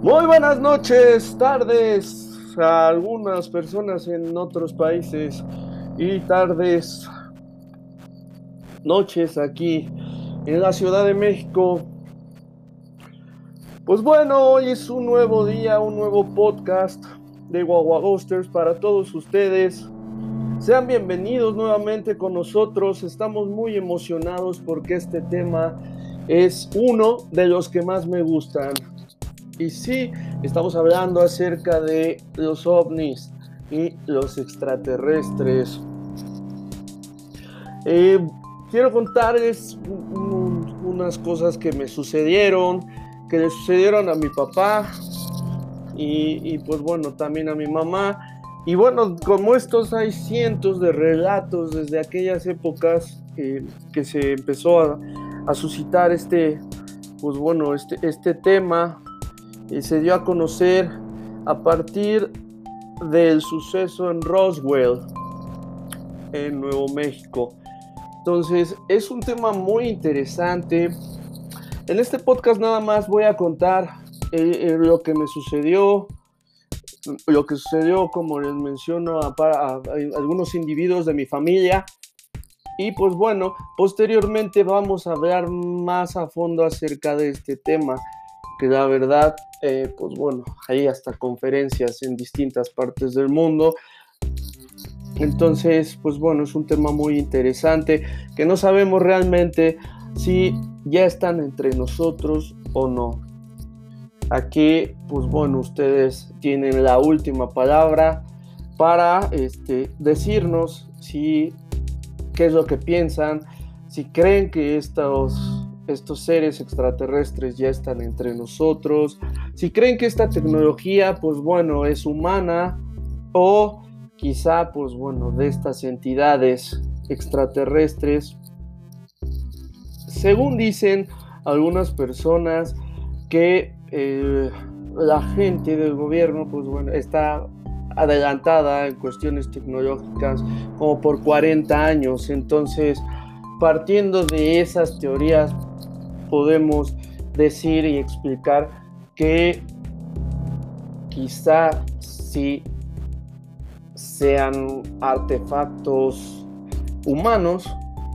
Muy buenas noches, tardes a algunas personas en otros países y tardes, noches aquí en la Ciudad de México. Pues bueno, hoy es un nuevo día, un nuevo podcast de Guaguagosters para todos ustedes. Sean bienvenidos nuevamente con nosotros. Estamos muy emocionados porque este tema es uno de los que más me gustan. Y sí, estamos hablando acerca de los ovnis y los extraterrestres. Eh, Quiero contarles unas cosas que me sucedieron, que le sucedieron a mi papá y pues bueno, también a mi mamá. Y bueno, como estos hay cientos de relatos desde aquellas épocas que se empezó a suscitar pues bueno, este tema se dio a conocer a partir del suceso en Roswell, en Nuevo México. Entonces, es un tema muy interesante. En este podcast nada más voy a contar lo que me sucedió, como les menciono, a algunos individuos de mi familia. Y pues bueno, posteriormente vamos a hablar más a fondo acerca de este tema, que la verdad, pues bueno, hay hasta conferencias en distintas partes del mundo. Entonces, pues bueno, es un tema muy interesante que no sabemos realmente si ya están entre nosotros o no. Aquí, pues bueno, ustedes tienen la última palabra para decirnos qué es lo que piensan, si creen que estos seres extraterrestres ya están entre nosotros, si creen que esta tecnología, pues bueno, es humana o quizá, pues bueno, de estas entidades extraterrestres, según dicen algunas personas, que la gente del gobierno, pues bueno, está adelantada en cuestiones tecnológicas como por 40 años. Entonces, partiendo de esas teorías, podemos decir y explicar que quizá sí sean artefactos humanos,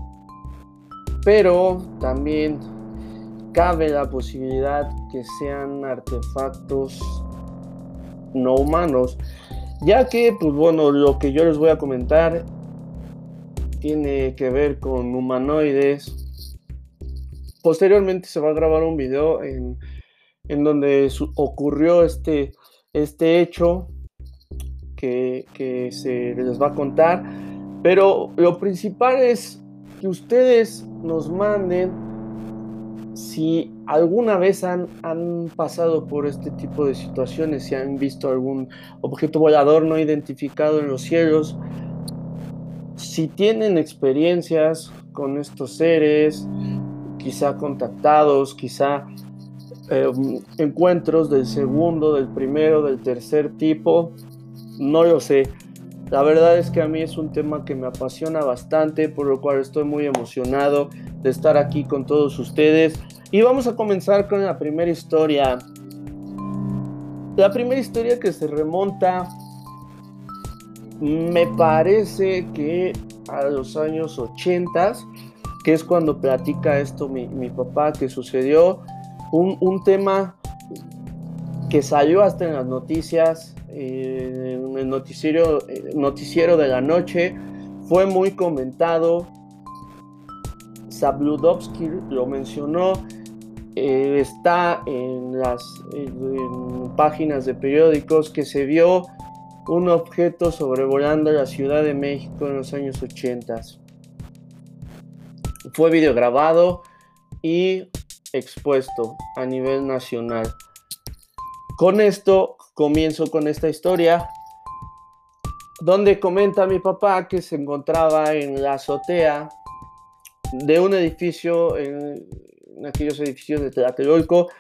pero también cabe la posibilidad que sean artefactos no humanos, ya que, pues bueno, lo que yo les voy a comentar tiene que ver con humanoides. Posteriormente se va a grabar un video en donde ocurrió este hecho que se les va a contar, pero lo principal es que ustedes nos manden si alguna vez han pasado por este tipo de situaciones, si han visto algún objeto volador no identificado en los cielos, si tienen experiencias con estos seres, quizá contactados, quizá encuentros del segundo, del primero, del tercer tipo, no lo sé. La verdad es que a mí es un tema que me apasiona bastante, por lo cual estoy muy emocionado de estar aquí con todos ustedes. Y vamos a comenzar con la primera historia. La primera historia que se remonta, me parece que a los años 80, que es cuando platica esto mi papá, que sucedió un tema que salió hasta en las noticias, en el noticiero de la noche, fue muy comentado. Zabludovsky lo mencionó, está en páginas de periódicos que se vio un objeto sobrevolando la Ciudad de México en los años 80. Fue videograbado y expuesto a nivel nacional. Con esto comienzo con esta historia, donde comenta mi papá que se encontraba en la azotea de un edificio, en aquellos edificios de Tlatelolco,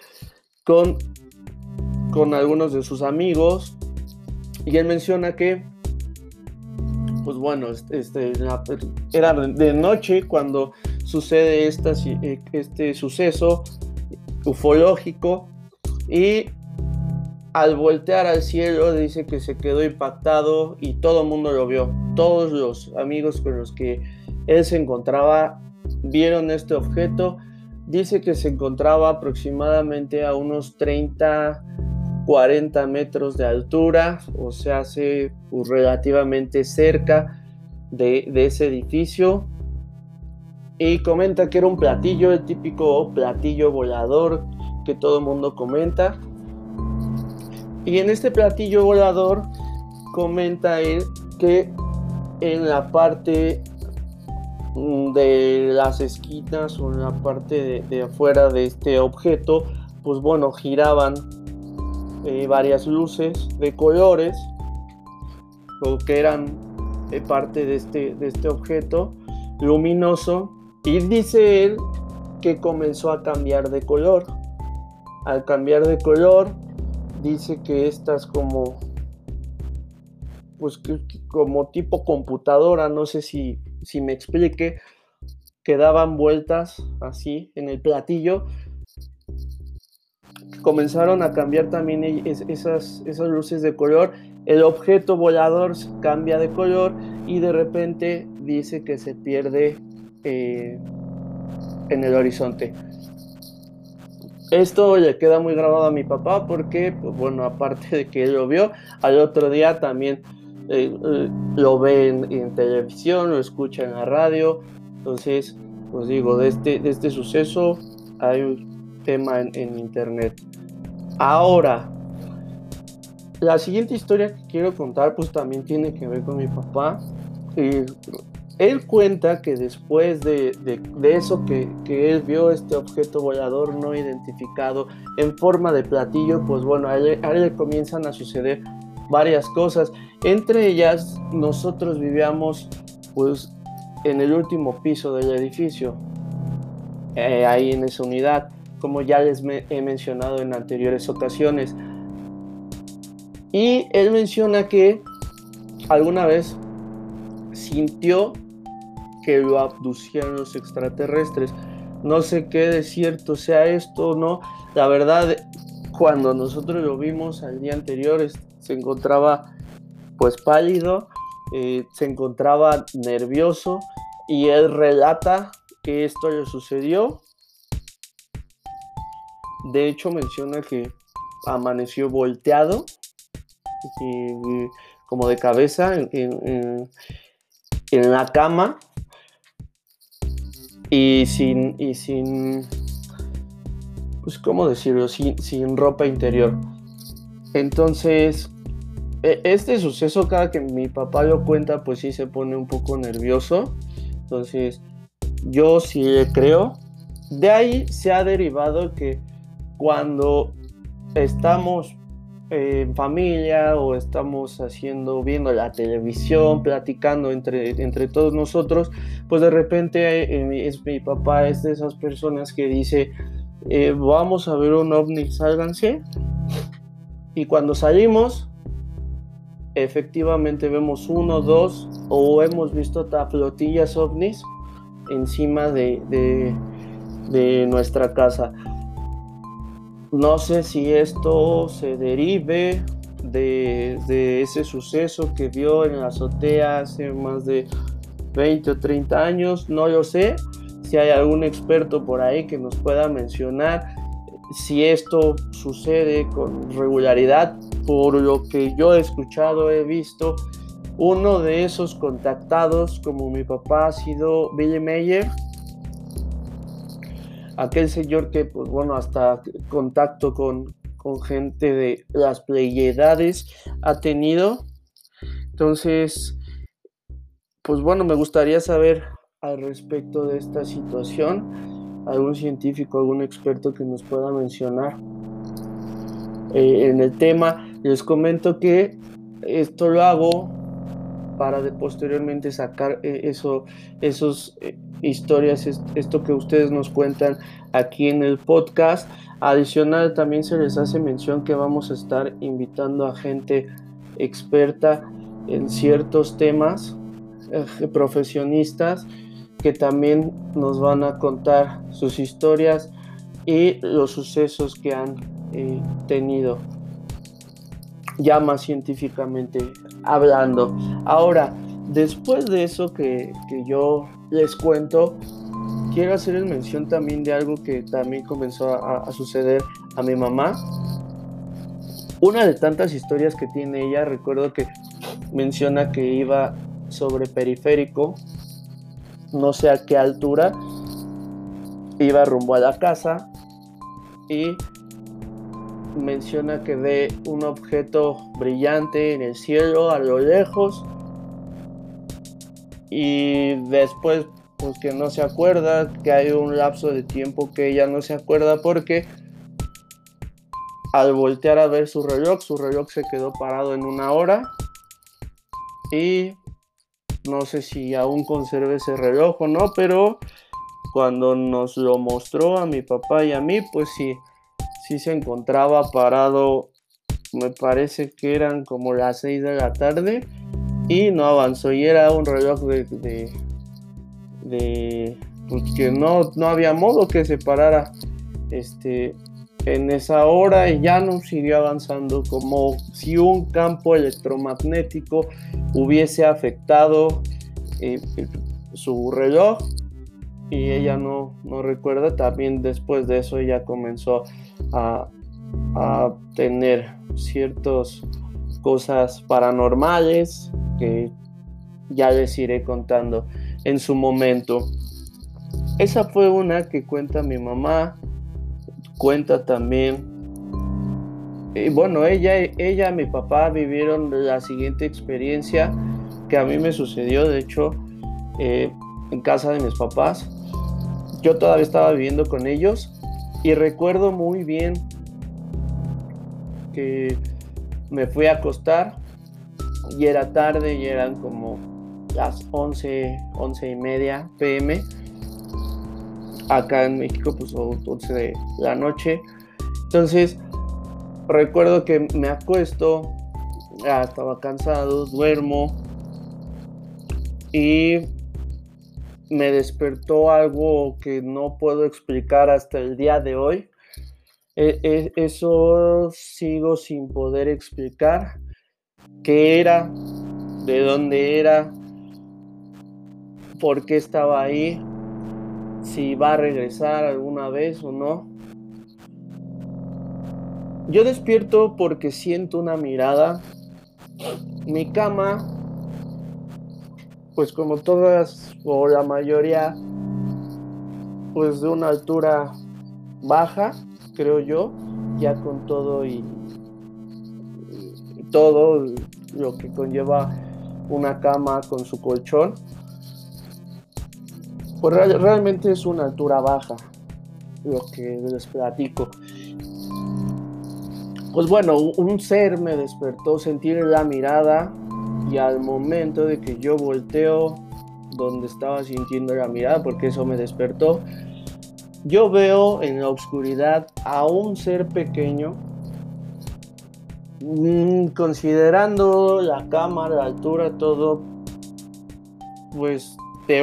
con algunos de sus amigos, y él menciona que, pues bueno, era de noche cuando sucede este suceso ufológico, y al voltear al cielo dice que se quedó impactado y todo el mundo lo vio. Todos los amigos con los que él se encontraba vieron este objeto. Dice que se encontraba aproximadamente a unos 30-40 metros de altura, o sea, relativamente cerca de ese edificio. Y comenta que era un platillo, el típico platillo volador que todo el mundo comenta. Y en este platillo volador comenta él que en la parte de las esquinas o en la parte de afuera de este objeto, pues bueno, giraban varias luces de colores, o que eran parte de este objeto luminoso, y dice él que comenzó a cambiar de color. Al cambiar de color, dice que estas como tipo computadora, no sé si me explique, que daban vueltas así en el platillo, comenzaron a cambiar también esas luces de color. El objeto volador cambia de color y de repente dice que se pierde en el horizonte. Esto le queda muy grabado a mi papá porque, pues bueno, aparte de que él lo vio, al otro día también lo ve en televisión, lo escucha en la radio. Entonces, pues digo, de este suceso hay un tema en internet. Ahora, la siguiente historia que quiero contar pues también tiene que ver con mi papá. Él cuenta que después de eso que él vio este objeto volador no identificado en forma de platillo, pues bueno, a él le comienzan a suceder varias cosas. Entre ellas, nosotros vivíamos pues en el último piso del edificio, ahí en esa unidad, como ya les he mencionado en anteriores ocasiones. Y él menciona que alguna vez sintió que lo abducían los extraterrestres. No sé qué de cierto sea esto o no. La verdad, cuando nosotros lo vimos al día anterior, se encontraba pues pálido, se encontraba nervioso, y él relata que esto le sucedió. De hecho, menciona que amaneció volteado, como de cabeza en la cama, y sin pues cómo decirlo, sin ropa interior. Entonces, este suceso, cada que mi papá lo cuenta, pues sí se pone un poco nervioso. Entonces, yo sí le creo. De ahí se ha derivado que cuando estamos en familia o estamos viendo la televisión, platicando entre todos nosotros, pues de repente mi papá es de esas personas que dice, vamos a ver un ovni, sálganse. Y cuando salimos, efectivamente vemos uno, dos, o hemos visto hasta flotillas ovnis encima de nuestra casa. No sé si esto se derive de ese suceso que vio en la azotea hace más de 20 o 30 años, no lo sé. Si hay algún experto por ahí que nos pueda mencionar si esto sucede con regularidad. Por lo que yo he escuchado, he visto, uno de esos contactados, como mi papá, ha sido Billy Mayer, aquel señor que, pues bueno, hasta contacto con gente de las Pleiades ha tenido. Entonces, pues bueno, me gustaría saber al respecto de esta situación, algún científico, algún experto que nos pueda mencionar en el tema. Les comento que esto lo hago para posteriormente sacar esos historias, esto que ustedes nos cuentan aquí en el podcast. Adicional, también se les hace mención que vamos a estar invitando a gente experta en ciertos temas, profesionistas, que también nos van a contar sus historias y los sucesos que han tenido. ya más científicamente hablando. Ahora, después de eso que yo les cuento, quiero hacerles mención también de algo que también comenzó a suceder a mi mamá. Una de tantas historias que tiene ella, recuerdo que menciona que iba sobre periférico, no sé a qué altura, iba rumbo a la casa y menciona que ve un objeto brillante en el cielo a lo lejos y después pues que no se acuerda, que hay un lapso de tiempo que ella no se acuerda porque al voltear a ver su reloj se quedó parado en 1 hora y no sé si aún conserve ese reloj o no, pero cuando nos lo mostró a mi papá y a mí, pues sí se encontraba parado, me parece que eran como las 6 de la tarde y no avanzó y era un reloj de pues que no había modo que se parara en esa hora y ya no siguió avanzando, como si un campo electromagnético hubiese afectado su reloj y ella no recuerda. También después de eso ella comenzó a tener ciertas cosas paranormales que ya les iré contando en su momento. Esa fue una que cuenta mi mamá. Cuenta también, bueno, ella, mi papá vivieron la siguiente experiencia que a mí me sucedió, de hecho, en casa de mis papás. Yo todavía estaba viviendo con ellos y recuerdo muy bien que me fui a acostar y era tarde y eran como las 11:30 p.m. Acá en México pues 11 de la noche. Entonces recuerdo que me acuesto, ya estaba cansado, duermo y me despertó algo que no puedo explicar hasta el día de hoy. Eso sigo sin poder explicar qué era, de dónde era, por qué estaba ahí, si va a regresar alguna vez o no. Yo despierto porque siento una mirada. Mi cama, pues como todas o la mayoría, pues de una altura baja, creo yo, ya con todo y todo lo que conlleva una cama con su colchón, pues realmente es una altura baja, lo que les platico. Pues bueno, un ser me despertó, sentí la mirada y al momento de que yo volteo donde estaba sintiendo la mirada, porque eso me despertó, yo veo en la oscuridad a un ser pequeño, considerando la cama, la altura, todo, pues de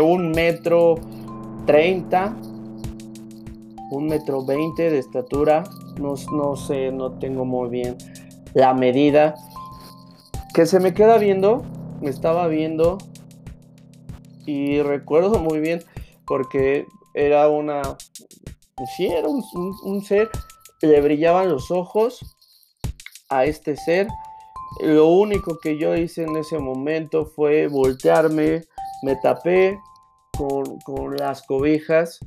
1,30 m, 1,20 m de estatura. No sé, no tengo muy bien la medida, que se me queda viendo, me estaba viendo y recuerdo muy bien porque era pues sí, era un ser, le brillaban los ojos a este ser. Lo único que yo hice en ese momento fue voltearme, me tapé con las cobijas,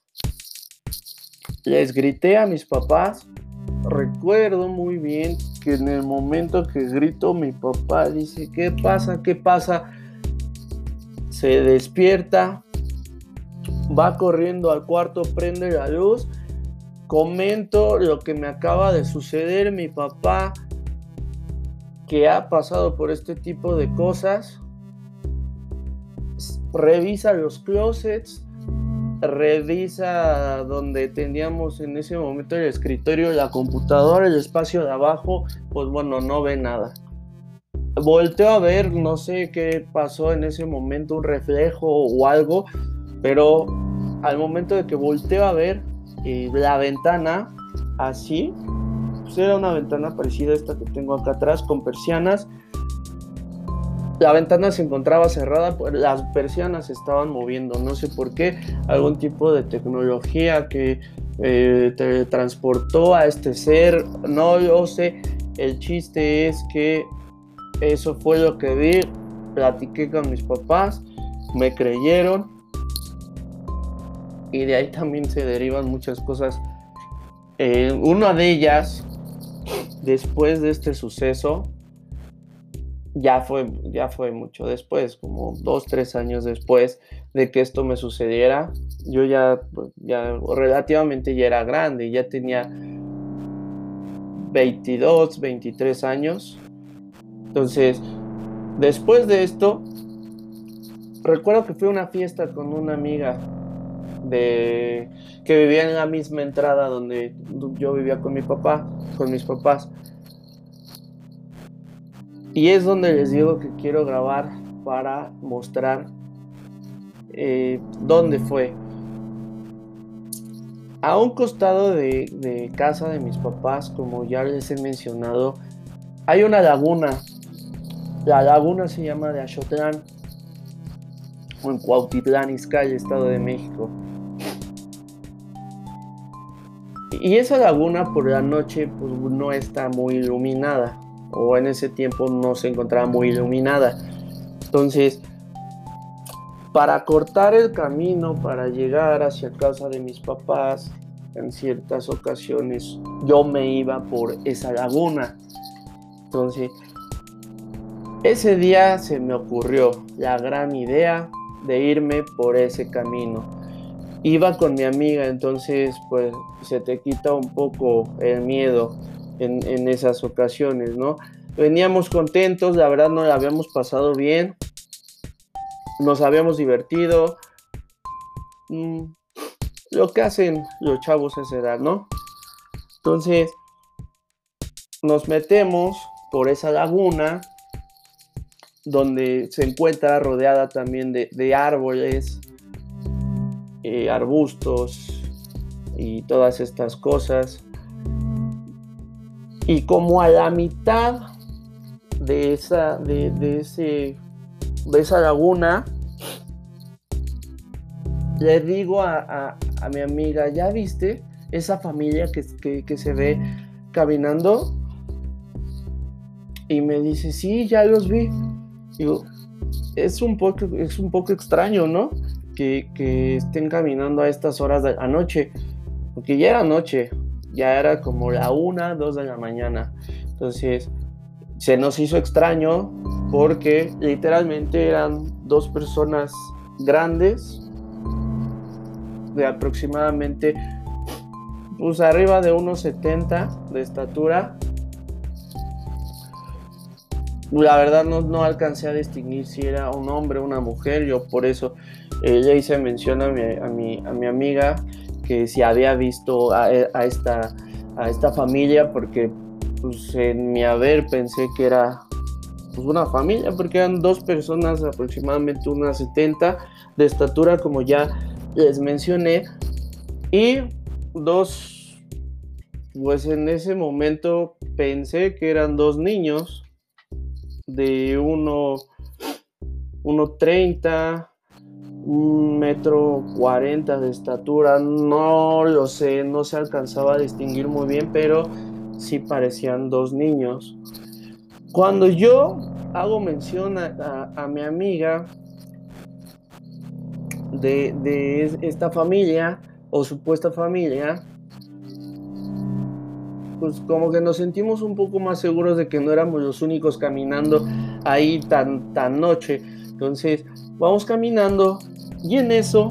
les grité a mis papás. Recuerdo muy bien que en el momento que grito, mi papá dice: ¿qué pasa? ¿Qué pasa? Se despierta, va corriendo al cuarto, prende la luz, comento lo que me acaba de suceder. Mi papá, que ha pasado por este tipo de cosas, revisa los closets, revisa donde teníamos en ese momento el escritorio, la computadora, el espacio de abajo, pues bueno, no ve nada. Volteo a ver, no sé qué pasó en ese momento, un reflejo o algo, pero al momento de que volteo a ver la ventana así, pues era una ventana parecida a esta que tengo acá atrás, con persianas. La ventana se encontraba cerrada, pues las persianas se estaban moviendo, no sé por qué, algún tipo de tecnología que teletransportó a este ser, no lo sé. El chiste es que eso fue lo que vi, platiqué con mis papás, me creyeron, y de ahí también se derivan muchas cosas. Una de ellas, después de este suceso, ya fue mucho después, como 2-3 años después de que esto me sucediera. Yo ya relativamente ya era grande, ya tenía 22, 23 años. Entonces, después de esto, recuerdo que fui a una fiesta con una amiga que vivía en la misma entrada donde yo vivía con mis papás. Y es donde les digo que quiero grabar para mostrar dónde fue. A un costado de casa de mis papás, como ya les he mencionado, hay una laguna. La laguna se llama de Axotlán, o en Cuautitlán Izcalli, Estado de México. Y esa laguna por la noche pues no está muy iluminada, o en ese tiempo no se encontraba muy iluminada. Entonces, para cortar el camino para llegar hacia casa de mis papás, en ciertas ocasiones yo me iba por esa laguna. Entonces, ese día se me ocurrió la gran idea de irme por ese camino. Iba con mi amiga, entonces pues se te quita un poco el miedo en esas ocasiones, ¿no? Veníamos contentos, la verdad nos la habíamos pasado bien, nos habíamos divertido, lo que hacen los chavos a esa edad, ¿no? Entonces nos metemos por esa laguna, donde se encuentra rodeada también de árboles, arbustos y todas estas cosas. Y como a la mitad de esa laguna, le digo a mi amiga, ¿ya viste esa familia que se ve caminando? Y me dice, sí, ya los vi. Digo, es un poco extraño, ¿no? Que estén caminando a estas horas de la noche, porque ya era noche, ya era como la 1, 2 de la mañana. Entonces se nos hizo extraño porque literalmente eran dos personas grandes, de aproximadamente pues arriba de unos 70 de estatura. La verdad no alcancé a distinguir si era un hombre o una mujer. Yo por eso le hice mención a mi amiga que si había visto a esta familia, porque pues en mi haber pensé que era pues una familia, porque eran dos personas aproximadamente unas 70 de estatura, como ya les mencioné, y dos, pues en ese momento pensé que eran dos niños de 1.30, 1.40 m de estatura. No lo sé, no se alcanzaba a distinguir muy bien, pero sí parecían dos niños. Cuando yo hago mención a mi amiga de esta familia o supuesta familia, pues como que nos sentimos un poco más seguros de que no éramos los únicos caminando ahí tan noche. Entonces vamos caminando y en eso,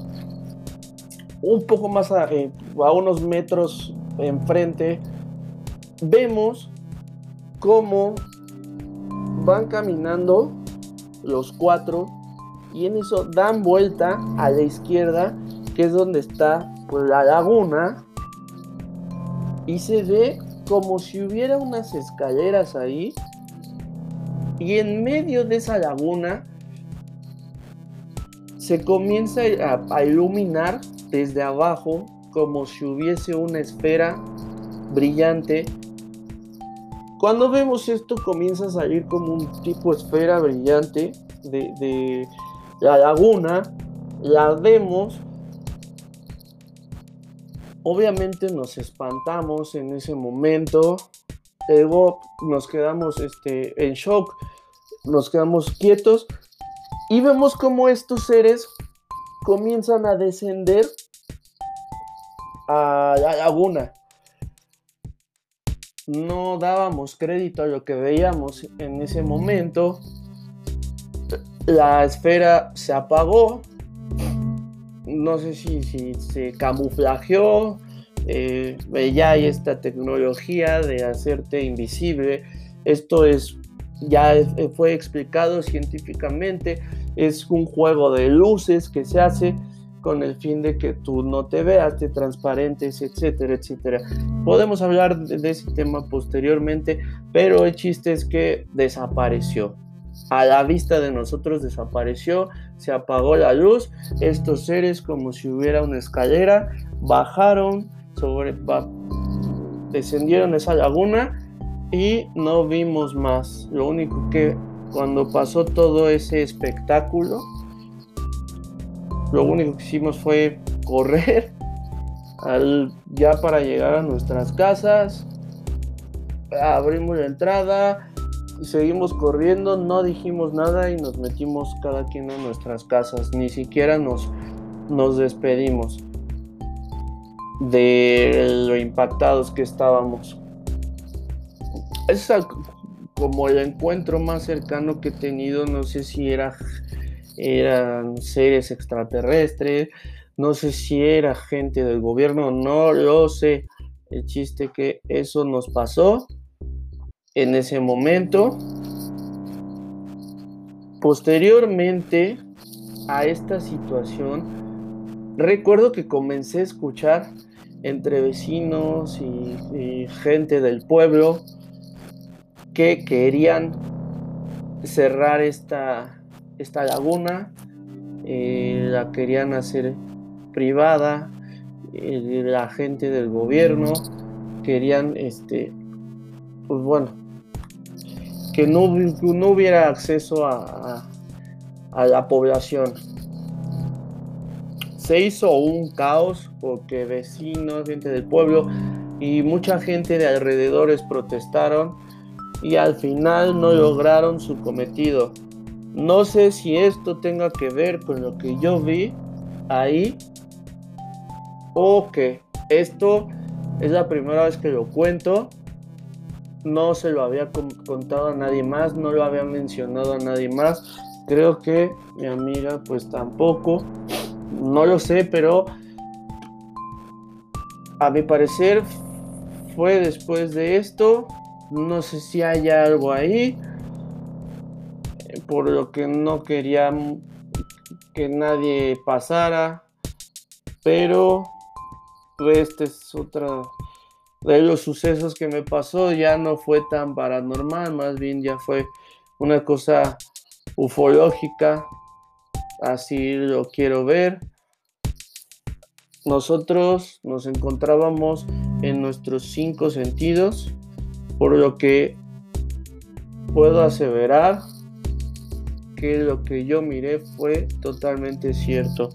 un poco más a unos metros enfrente, vemos cómo van caminando los cuatro, y en eso dan vuelta a la izquierda, que es donde está pues la laguna, y se ve como si hubiera unas escaleras ahí, y en medio de esa laguna se comienza a iluminar desde abajo, como si hubiese una esfera brillante Cuando vemos esto, comienza a salir como un tipo esfera brillante de la laguna. La vemos. Obviamente nos espantamos en ese momento. Luego nos quedamos en shock. Nos quedamos quietos. Y vemos cómo estos seres comienzan a descender a la laguna. No dábamos crédito a lo que veíamos en ese momento. La esfera se apagó. No sé si se camuflajeó. Ya hay esta tecnología de hacerte invisible. Esto ya fue explicado científicamente. Es un juego de luces que se hace con el fin de que tú no te veas, te transparentes, etcétera, etcétera. Podemos hablar de ese tema posteriormente, pero el chiste es que desapareció. A la vista de nosotros desapareció, se apagó la luz. Estos seres, como si hubiera una escalera, bajaron, descendieron esa laguna y no vimos más. Lo único que cuando pasó todo ese espectáculo, lo único que hicimos fue correr ya para llegar a nuestras casas. Abrimos la entrada, seguimos corriendo, no dijimos nada y nos metimos cada quien a nuestras casas. Ni siquiera nos despedimos de lo impactados que estábamos. Es como el encuentro más cercano que he tenido. No sé si eran seres extraterrestres, no sé si era gente del gobierno, no lo sé. El chiste que eso nos pasó en ese momento. Posteriormente a esta situación, recuerdo que comencé a escuchar entre vecinos y gente del pueblo que querían cerrar esta laguna, la querían hacer privada. La gente del gobierno querían pues bueno, que no hubiera acceso a la población. Se hizo un caos porque vecinos, gente del pueblo y mucha gente de alrededores protestaron y al final no lograron su cometido. No sé si esto tenga que ver con lo que yo vi ahí o que esto es la primera vez que lo cuento. No se lo había contado a nadie más, no lo había mencionado a nadie más. Creo que mi amiga pues tampoco. No lo sé, pero a mi parecer fue después de esto. No sé si hay algo ahí, por lo que no quería que nadie pasara, pero este es otra de los sucesos que me pasó. Ya no fue tan paranormal, más bien ya fue una cosa ufológica, así lo quiero ver. Nosotros nos encontrábamos en nuestros 5 sentidos, por lo que puedo aseverar que lo que yo miré fue totalmente cierto.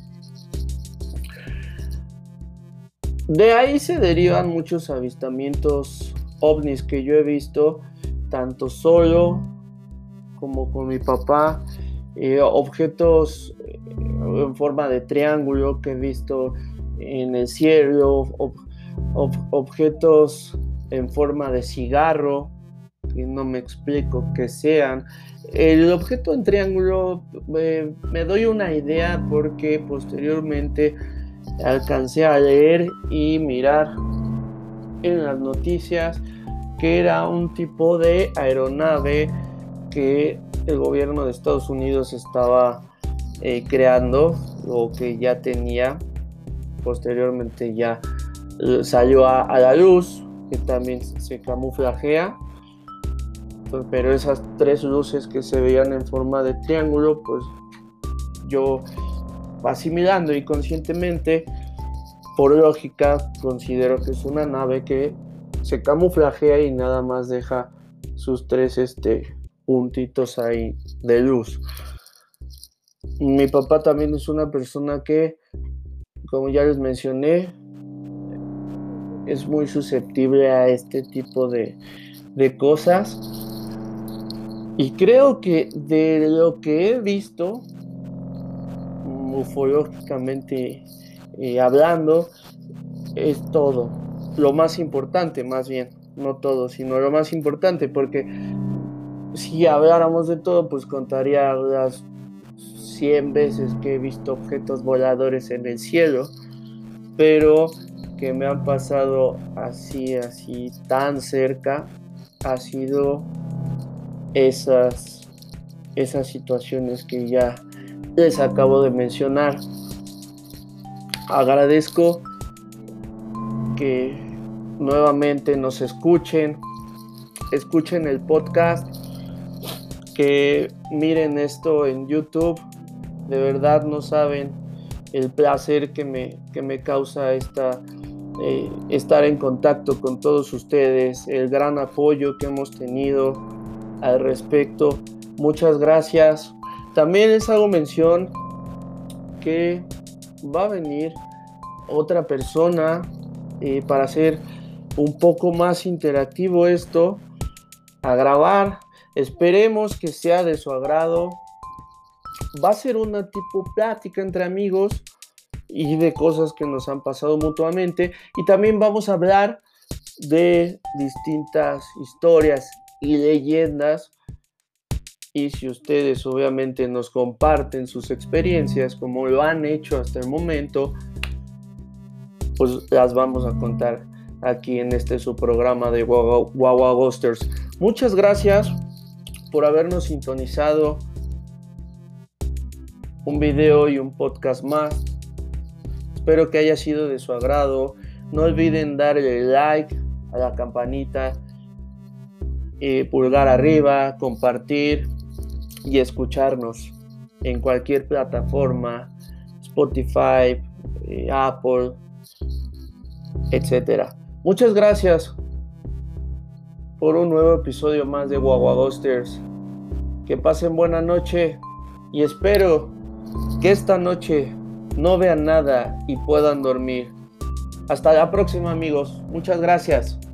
De ahí se derivan muchos avistamientos ovnis que yo he visto, tanto solo como con mi papá. Objetos en forma de triángulo que he visto en el cielo, objetos en forma de cigarro que no me explico qué sean. El objeto en triángulo me doy una idea porque posteriormente alcancé a leer y mirar en las noticias que era un tipo de aeronave que el gobierno de Estados Unidos estaba creando, o que ya tenía. Posteriormente ya salió a la luz, que también se camuflajea, pero esas 3 luces que se veían en forma de triángulo, pues yo, asimilando y conscientemente, por lógica, considero que es una nave que se camuflajea y nada más deja sus tres puntitos ahí de luz. Mi papá también es una persona que, como ya les mencioné, es muy susceptible a este tipo de cosas. Y creo que de lo que he visto, ufológicamente hablando, es todo. Lo más importante, más bien, no todo, sino lo más importante, porque si habláramos de todo, pues contaría las 100 veces que he visto objetos voladores en el cielo, pero que me han pasado así tan cerca, ha sido esas situaciones que ya les acabo de mencionar. Agradezco que nuevamente nos escuchen el podcast, que miren esto en YouTube. De verdad no saben el placer que me causa estar en contacto con todos ustedes, el gran apoyo que hemos tenido al respecto. Muchas gracias. También les hago mención que va a venir otra persona para hacer un poco más interactivo esto, a grabar. Esperemos que sea de su agrado. Va a ser una tipo plática entre amigos y de cosas que nos han pasado mutuamente, y también vamos a hablar de distintas historias y leyendas. Y si ustedes obviamente nos comparten sus experiencias como lo han hecho hasta el momento, pues las vamos a contar aquí en su programa de Wawa Ghosters. Muchas gracias por habernos sintonizado. Un video y un podcast más. Espero que haya sido de su agrado. No olviden darle like a la campanita, pulgar arriba, compartir y escucharnos en cualquier plataforma, Spotify, Apple, etcétera. Muchas gracias por un nuevo episodio más de Wawa Ghosters. Que pasen buena noche y espero que esta noche no vean nada y puedan dormir. Hasta la próxima, amigos. Muchas gracias.